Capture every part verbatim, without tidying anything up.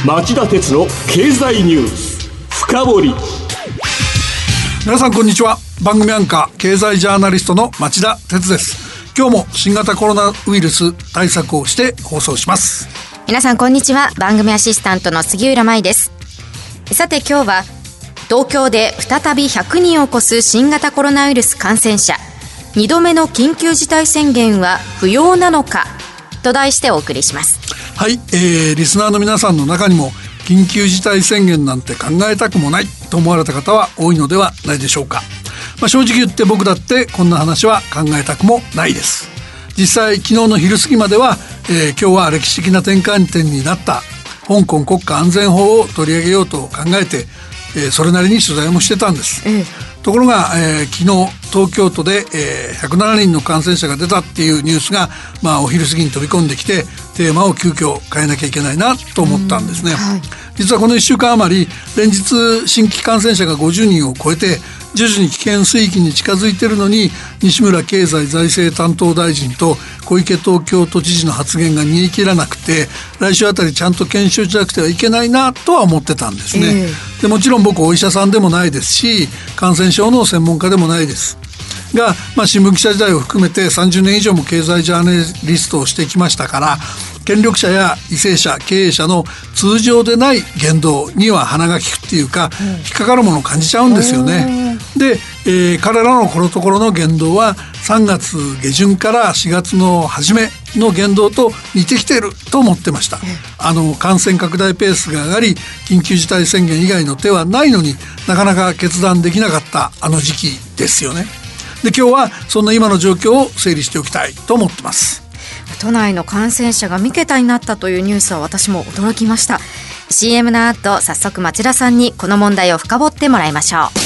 町田鉄の経済ニュース深掘り。 皆さんこんにちは。番組アンカー経済ジャーナリストの町田鉄です。今日も新型コロナウイルス対策をして放送します。 皆さんこんにちは。番組アシスタントの杉浦舞です。さて今日は東京で再びひゃくにんを超す新型コロナウイルス感染者、にどめの緊急事態宣言は不要なのかと題してお送りします。 はい、えー、リスナーの皆さんの中にも緊急事態宣言なんて考えたくもないと思われた方は多いのではないでしょうか。まあ、正直言って僕だってこんな話は考えたくもないです。実際昨日の昼過ぎまでは、えー、今日は歴史的な転換点になった香港国家安全法を取り上げようと考えて、えー、それなりに取材もしてたんです、うん、ところが、えー、昨日東京都で、えー、ひゃくななにんの感染者が出たっていうニュースが、まあ、お昼過ぎに飛び込んできてテーマを急遽変えなきゃいけないなと思ったんですね、はい、実はこのいっしゅうかん余り連日新規感染者がごじゅうにんを超えて徐々に危険水域に近づいているのに、西村経済財政担当大臣と小池東京都知事の発言が煮え切らなくて、来週あたりちゃんと検証しなくてはいけないなとは思ってたんですね、えー、でもちろん僕お医者さんでもないですし感染症の専門家でもないですが、まあ、新聞記者時代を含めてさんじゅうねん以上も経済ジャーナリストをしてきましたから、権力者や為政者経営者の通常でない言動には鼻が利くっていうか、うん、引っかかるものを感じちゃうんですよね。で、えー、彼らのこのところの言動はさんがつげじゅんからしがつの初めの言動と似てきていると思ってました、うん、あの感染拡大ペースが上がり緊急事態宣言以外の手はないのになかなか決断できなかったあの時期ですよね。で今日はそんな今の状況を整理しておきたいと思ってます。 都内の感染者が三桁になったというニュースは私も驚きました。 シーエム の後早速町田さんにこの問題を深掘ってもらいましょ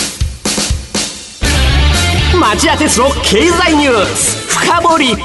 う。町田鉄の経済ニュース深掘り。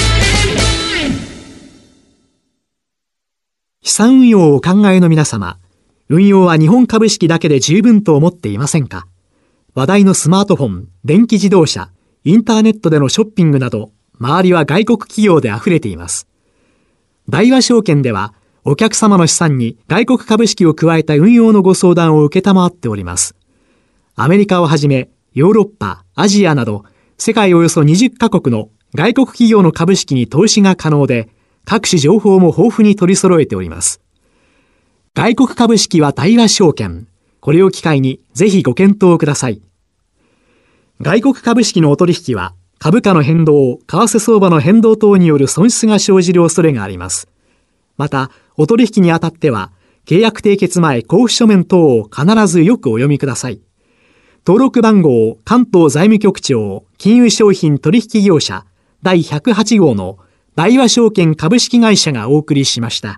資産運用をお考えの皆様、運用は日本株式だけで十分と思っていませんか？話題のスマートフォン、電気自動車、インターネットでのショッピングなど周りは外国企業で溢れています。大和証券ではお客様の資産に外国株式を加えた運用のご相談を受けたまわっております。アメリカをはじめヨーロッパ、アジアなど世界およそにじゅっかこくの外国企業の株式に投資が可能で、各種情報も豊富に取り揃えております。外国株式は大和証券。これを機会にぜひご検討ください。外国株式のお取引は株価の変動、為替相場の変動等による損失が生じる恐れがあります。また、お取引にあたっては、契約締結前交付書面等を必ずよくお読みください。登録番号、関東財務局長、金融商品取引業者、だいひゃくはちごうの大和証券株式会社がお送りしました。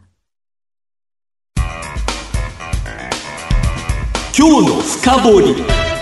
今日の深掘り。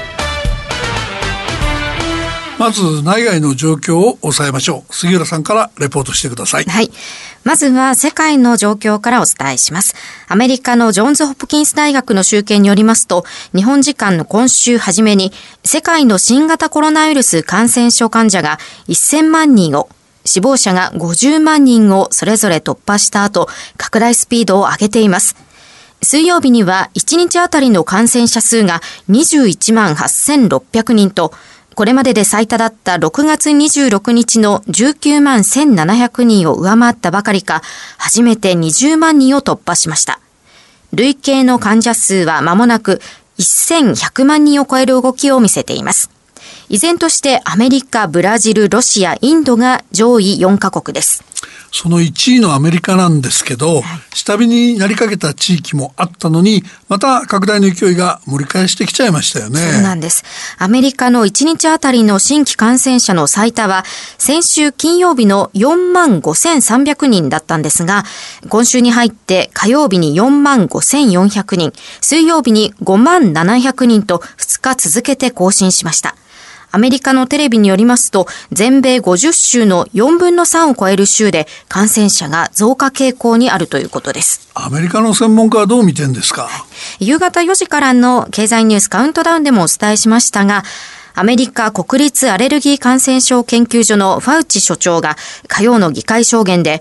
まず内外の状況を抑えましょう。杉浦さんからレポートしてください。 はい。まずは世界の状況からお伝えします。アメリカのジョンズ・ホプキンス大学の集計によりますと、日本時間の今週初めに世界の新型コロナウイルス感染症患者がせんまんにんを、死亡者がごじゅうまんにんをそれぞれ突破した後、拡大スピードを上げています。水曜日にはいちにちあたりの感染者数がにじゅういちまんはっせんろっぴゃくにんと、これまでで最多だったろくがつにじゅうろくにちのじゅうきゅうまんせんななひゃくにんを上回ったばかりか、初めてにじゅうまんにんを突破しました。累計の患者数は間もなくせんひゃくまんにんを超える動きを見せています。依然としてアメリカ、ブラジル、ロシア、インドが上位よんかこくです。 そのいちいのアメリカなんですけど、はい、下火になりかけた地域もあったのに、また拡大の勢いが盛り返してきちゃいましたよね。 そうなんです。アメリカのいちにちあたりの新規感染者の最多は、先週金曜日のよんまんごせんさんびゃくにんだったんですが、今週に入って火曜日によんまんごせんよんひゃくにん、水曜日にごまんななひゃくにんとふつか続けて更新しました。アメリカのテレビによりますと、全米ごじゅっしゅうのよんぶんのさんを超える州で感染者が増加傾向にあるということです。 アメリカの専門家はどう見てんですか？ 夕方よじからの経済ニュースカウントダウンでもお伝えしましたが、アメリカ国立アレルギー感染症研究所のファウチ所長が火曜の議会証言で、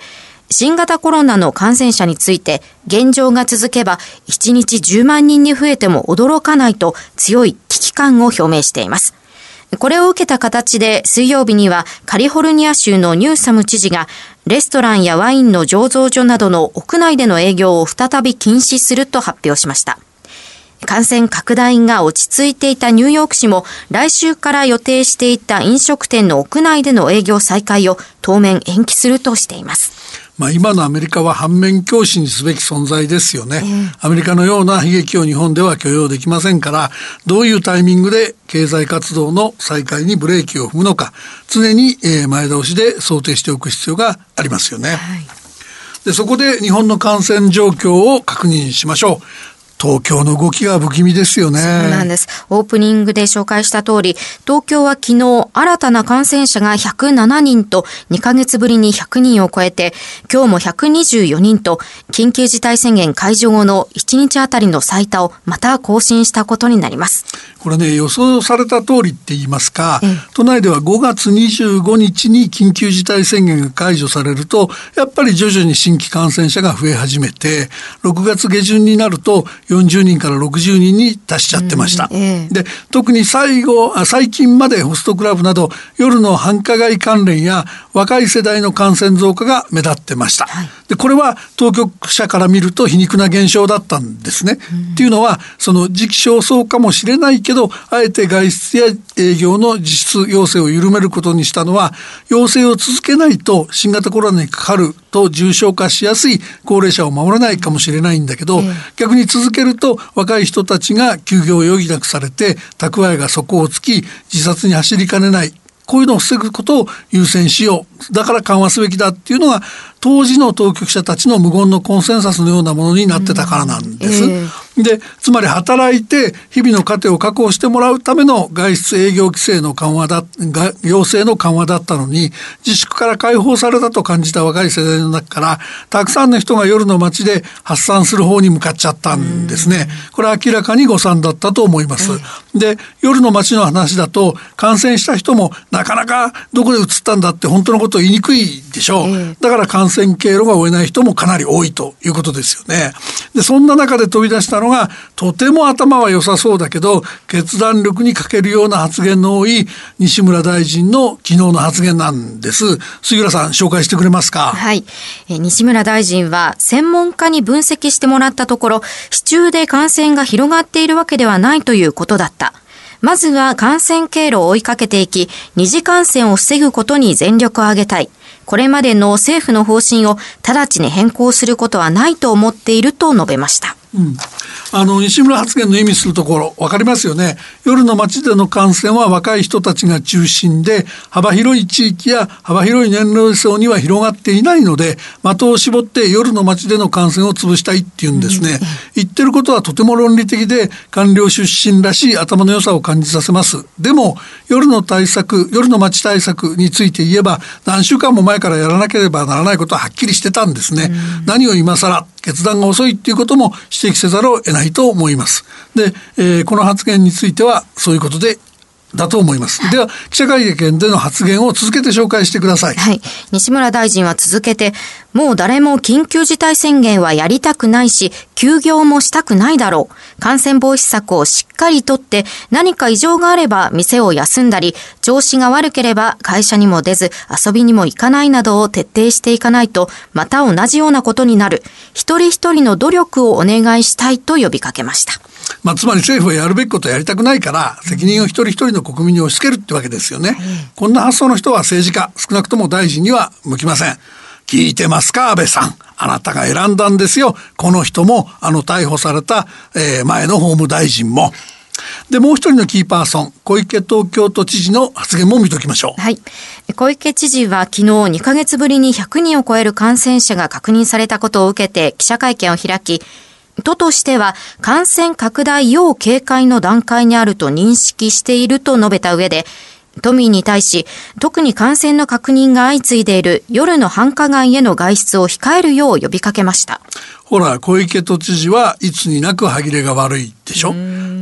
新型コロナの感染者について現状が続けばいちにちじゅうまんにんに増えても驚かないと強い危機感を表明しています。これを受けた形で水曜日にはカリフォルニア州のニューサム知事がレストランやワインの醸造所などの屋内での営業を再び禁止すると発表しました。感染拡大が落ち着いていたニューヨーク市も来週から予定していた飲食店の屋内での営業再開を当面延期するとしています。 まあ、今のアメリカは反面教師にすべき存在ですよね、えー、アメリカのような悲劇を日本では許容できませんから、どういうタイミングで経済活動の再開にブレーキを踏むのか常に前倒しで想定しておく必要がありますよね、はい、でそこで日本の感染状況を確認しましょう。東京の動きが不気味ですよね。 そうなんです。オープニングで紹介した通り、東京は昨日新たな感染者がひゃくななにんとにかげつぶりにひゃくにんを超えて、今日もひゃくにじゅうよにんと緊急事態宣言解除後のいちにちあたりの最多をまた更新したことになります。 これね、予想された通りって言いますか、うん、都内ではごがつにじゅうごにちに緊急事態宣言が解除されると、やっぱり徐々に新規感染者が増え始めて、ろくがつげじゅんになるとよんじゅうにんからろくじゅうにんに達しちゃってました、うんええ、で特に最後最近までホストクラブなど夜の繁華街関連や若い世代の感染増加が目立ってました、はい、でこれは当局者から見ると皮肉な現象だったんですね、うん、っていうのはその時期尚早かもしれないけど、あえて外出や営業の自粛要請を緩めることにしたのは、要請を続けないと新型コロナにかかると重症化しやすい高齢者を守れないかもしれないんだけど、うん、逆に続けると若い人たちが休業を余儀なくされて蓄えが底をつき自殺に走りかねない、こういうのを防ぐことを優先しよう、だから緩和すべきだっていうのが当時の当局者たちの無言のコンセンサスのようなものになってたからなんです、うんえー、でつまり働いて日々の糧を確保してもらうための外出営業規制の緩和だ要請の緩和だったのに、自粛から解放されたと感じた若い世代の中からたくさんの人が夜の街で発散する方に向かっちゃったんですね。これは明らかに誤算だったと思います、えー、で夜の街の話だと感染した人もなかなかどこで移ったんだって本当のことを言いにくいでしょう、えー、だから感染経路が追えない人もかなり多いということですよね。でそんな中で飛び出したのが、とても頭は良さそうだけど決断力に欠けるような発言の多い西村大臣の昨日の発言なんです。杉浦さん、紹介してくれますか。 はい、え西村大臣は専門家に分析してもらったところ、市中で感染が広がっているわけではないということだった。まずは感染経路を追いかけていき、二次感染を防ぐことに全力を挙げたい。これまでの政府の方針を直ちに変更することはないと思っていると述べました。 うん、あの西村発言の意味するところ分かりますよね。夜の街での感染は若い人たちが中心で、幅広い地域や幅広い年齢層には広がっていないので、的を絞って夜の街での感染を潰したいっていうんですね、うん、言ってることはとても論理的で官僚出身らしい頭の良さを感じさせます。でも夜の対策夜の街対策について言えば、何週間も前からやらなければならないことははっきりしてたんですね、うん、何を今更決断が遅いっていうことも指摘せざるを得ないと思います。で、えー、この発言についてはそういうことでだと思います。では記者会見での発言を続けて紹介してください。 はい、西村大臣は続けて、もう誰も緊急事態宣言はやりたくないし、休業もしたくないだろう。感染防止策をしっかりとって、何か異常があれば店を休んだり、調子が悪ければ会社にも出ず遊びにも行かないなどを徹底していかないと、また同じようなことになる。一人一人の努力をお願いしたいと呼びかけました。 まあ、つまり政府はやるべきことをやりたくないから責任を一人一人の国民に押し付けるってわけですよね、うん、こんな発想の人は政治家、少なくとも大臣には向きません。聞いてますか安倍さん、あなたが選んだんですよ。この人もあの逮捕された、えー、前の法務大臣も。でもう一人のキーパーソン、小池東京都知事の発言も見ておきましょう。 はい、小池知事は昨日にかげつぶりにひゃくにんを超える感染者が確認されたことを受けて記者会見を開き、都としては感染拡大要警戒の段階にあると認識していると述べた上で、都民に対し特に感染の確認が相次いでいる夜の繁華街への外出を控えるよう呼びかけました。 ほら、小池都知事はいつになく歯切れが悪いでしょ。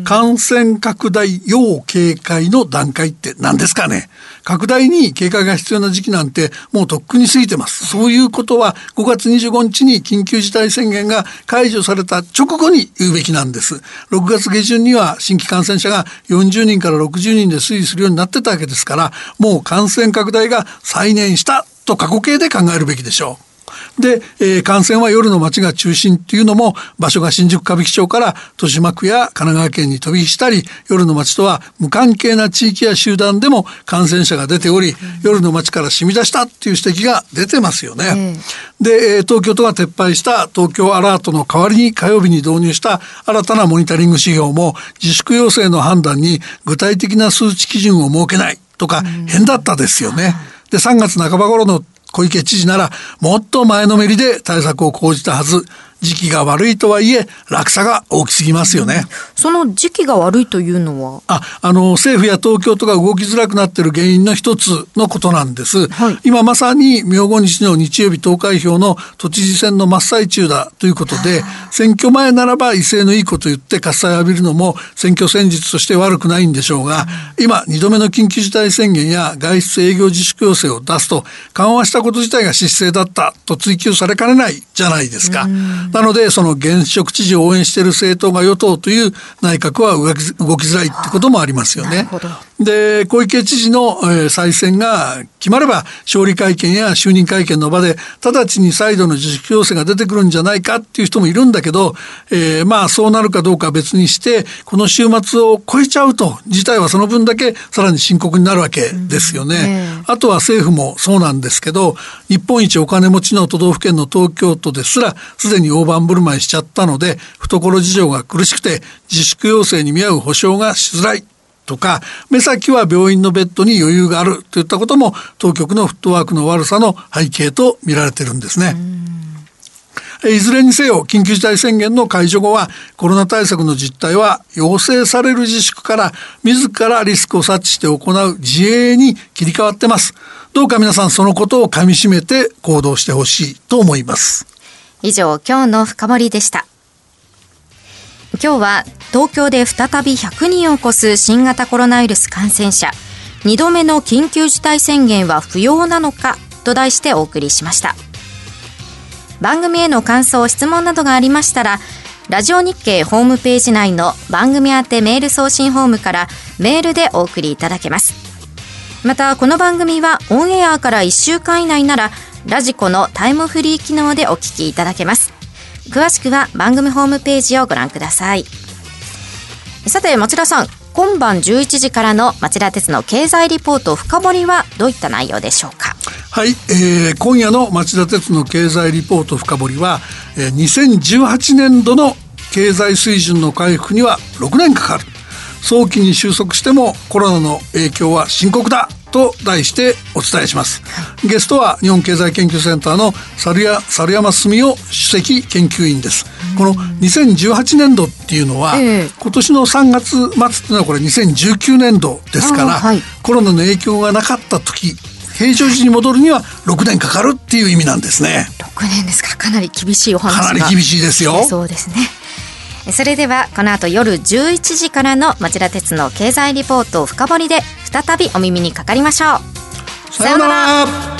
感染拡大要警戒の段階って何ですかね。拡大に警戒が必要な時期なんてもうとっくに過ぎてます。そういうことはごがつにじゅうごにちに緊急事態宣言が解除された直後に言うべきなんです。ろくがつげじゅんには新規感染者がよんじゅうにんからろくじゅうにんで推移するようになってたわけですから、もう感染拡大が再燃したと過去形で考えるべきでしょう。で、えー、感染は夜の街が中心っていうのも、場所が新宿歌舞伎町から豊島区や神奈川県に飛び火したり、夜の街とは無関係な地域や集団でも感染者が出ており、うん、夜の街から染み出したっていう指摘が出てますよね、うん、で、えー、東京都が撤廃した東京アラートの代わりに火曜日に導入した新たなモニタリング指標も、自粛要請の判断に具体的な数値基準を設けないとか変だったですよね、うん、でさんがつなかば頃の小池知事ならもっと前のめりで対策を講じたはず。時期が悪いとはいえ落差が大きすぎますよね、うん、 その時期が悪いというのはああの政府や東京都が動きづらくなっている原因の一つのことなんです、はい、今まさに明後日の日曜日投開票の都知事選の真っ最中だということで、選挙前ならば威勢のいいこと言って喝采を浴びるのも選挙戦術として悪くないんでしょうが、うん、今にどめの緊急事態宣言や外出営業自粛要請を出すと緩和したこと自体が失勢だったと追及されかねないじゃないですか、うんなのでその現職知事を応援している政党が与党という内閣は動き、動きづらいってこともありますよね。で小池知事の、えー、再選が決まれば勝利会見や就任会見の場で直ちに再度の自粛要請が出てくるんじゃないかっていう人もいるんだけど、えー、まあそうなるかどうかは別にしてこの週末を超えちゃうと事態はその分だけさらに深刻になるわけですよね、うんえー、あとは政府もそうなんですけど日本一お金持ちの都道府県の東京都ですらすでに大盤振る舞いしちゃったので懐事情が苦しくて自粛要請に見合う保障がしづらいとか目先は病院のベッドに余裕があるといったことも当局のフットワークの悪さの背景と見られてるんですね。いずれにせよ緊急事態宣言の解除後はコロナ対策の実態は要請される自粛から自らリスクを察知して行う自衛に切り替わってます。どうか皆さんそのことをかみしめて行動してほしいと思います。 以上今日の深掘りでした。今日は東京で再びひゃくにんを超す新型コロナウイルス感染者、にどめの緊急事態宣言は不要なのかと題してお送りしました。番組への感想質問などがありましたらラジオ日経ホームページ内の番組宛てメール送信フォームからメールでお送りいただけます。またこの番組はオンエアからいっしゅうかん以内ならラジコのタイムフリー機能でお聞きいただけます。詳しくは番組ホームページをご覧ください。さて町田さん、今晩じゅういちじからの町田鉄の経済リポート深掘りはどういった内容でしょうか。 はい、えー、今夜の町田鉄の経済リポート深掘りは、えー、にせんじゅうはちねんどの経済水準の回復にはろくねんかかる、早期に収束してもコロナの影響は深刻だと題してお伝えします。ゲストは日本経済研究センターの猿や猿山澄夫首席研究員です。このにせんじゅうはちねんどっていうのは、えー、今年のさんがつ末っていうのはこれにせんじゅうきゅうねんどですから、はい、コロナの影響がなかった時平常時に戻るにはろくねんかかるっていう意味なんですね。 ろくねんですか。かなり厳しいお話がかなり厳しいですよ。 そうですね。それではこの後夜じゅういちじからの町田鉄の経済リポート深掘りで再びお耳にかかりましょう。 さようなら。